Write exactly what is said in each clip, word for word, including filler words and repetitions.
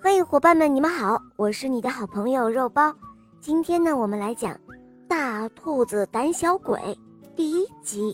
嘿，伙伴们，你们好，我是你的好朋友肉包。今天呢，我们来讲《大兔子胆小鬼》第一集。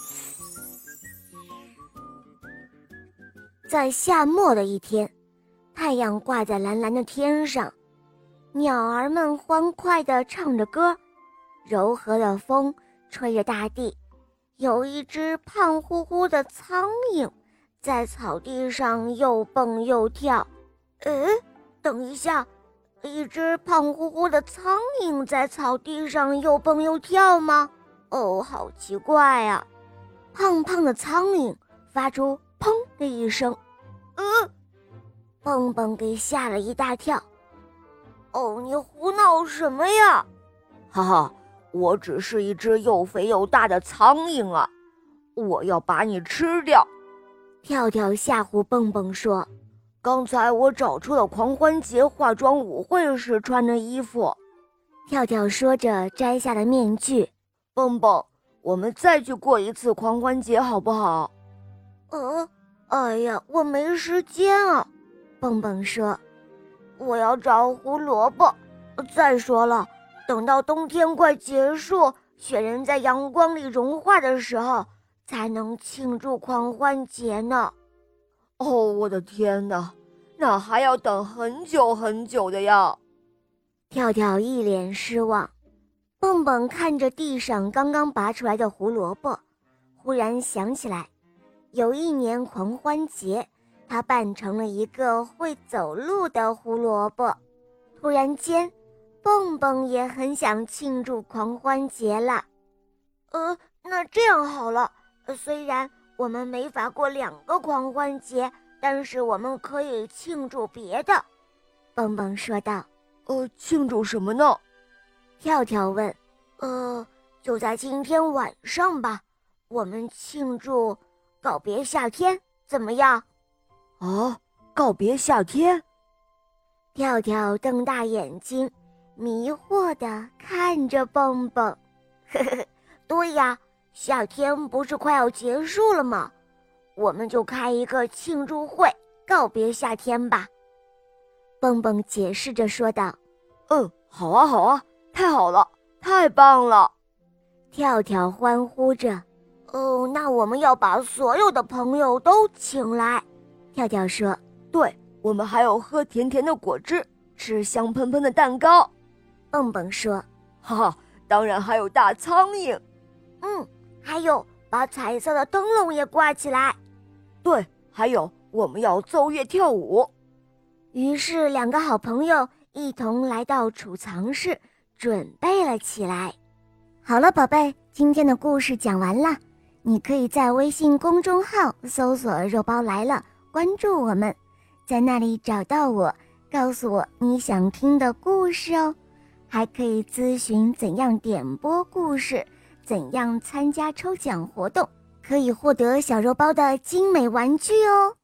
在夏末的一天，太阳挂在蓝蓝的天上，鸟儿们欢快地唱着歌，柔和的风吹着大地。有一只胖乎乎的苍蝇在草地上又蹦又跳。诶，等一下，一只胖乎乎的苍蝇在草地上又蹦又跳吗？哦，好奇怪啊！胖胖的苍蝇发出砰的一声，呃，蹦蹦给吓了一大跳。哦，你胡闹什么呀？ 哈哈，我只是一只又肥又大的苍蝇啊！我要把你吃掉！ 跳跳吓唬蹦蹦说。 刚才我找出了狂欢节化妆舞会时穿的衣服。 跳跳说着摘下了面具。 蹦蹦，我们再去过一次狂欢节好不好？ 呃，哎呀，我没时间啊。蹦蹦说，我要找胡萝卜。再说了，等到冬天快结束，雪人在阳光里融化的时候，才能庆祝狂欢节呢。 哦，我的天哪，那还要等很久很久的呀！ 跳跳一脸失望。蹦蹦看着地上刚刚拔出来的胡萝卜，忽然想起来，有一年狂欢节，他扮成了一个会走路的胡萝卜。突然间，蹦蹦也很想庆祝狂欢节了。呃，那这样好了，虽然我们没法过两个狂欢节，但是我们可以庆祝别的。蹦蹦说道。 呃，庆祝什么呢？ 跳跳问。呃，就在今天晚上吧，我们庆祝告别夏天，怎么样？ 啊，告别夏天？ 跳跳瞪大眼睛，迷惑地看着蹦蹦。呵呵，对呀，夏天不是快要结束了吗？我们就开一个庆祝会，告别夏天吧。蹦蹦解释着说道。 嗯，好啊好啊，太好了，太棒了！ 跳跳欢呼着。哦，那我们要把所有的朋友都请来。跳跳说。 对，我们还有喝甜甜的果汁，吃香喷喷的蛋糕。 蹦蹦说。 哈哈，当然还有大苍蝇。 嗯，还有把彩色的灯笼也挂起来。 对，还有我们要奏乐跳舞。 于是两个好朋友一同来到储藏室，准备了起来。好了，宝贝，今天的故事讲完了，你可以在微信公众号搜索肉包来了，关注我们，在那里找到我，告诉我你想听的故事哦。还可以咨询怎样点播故事，怎样参加抽奖活动，可以获得小肉包的精美玩具哦。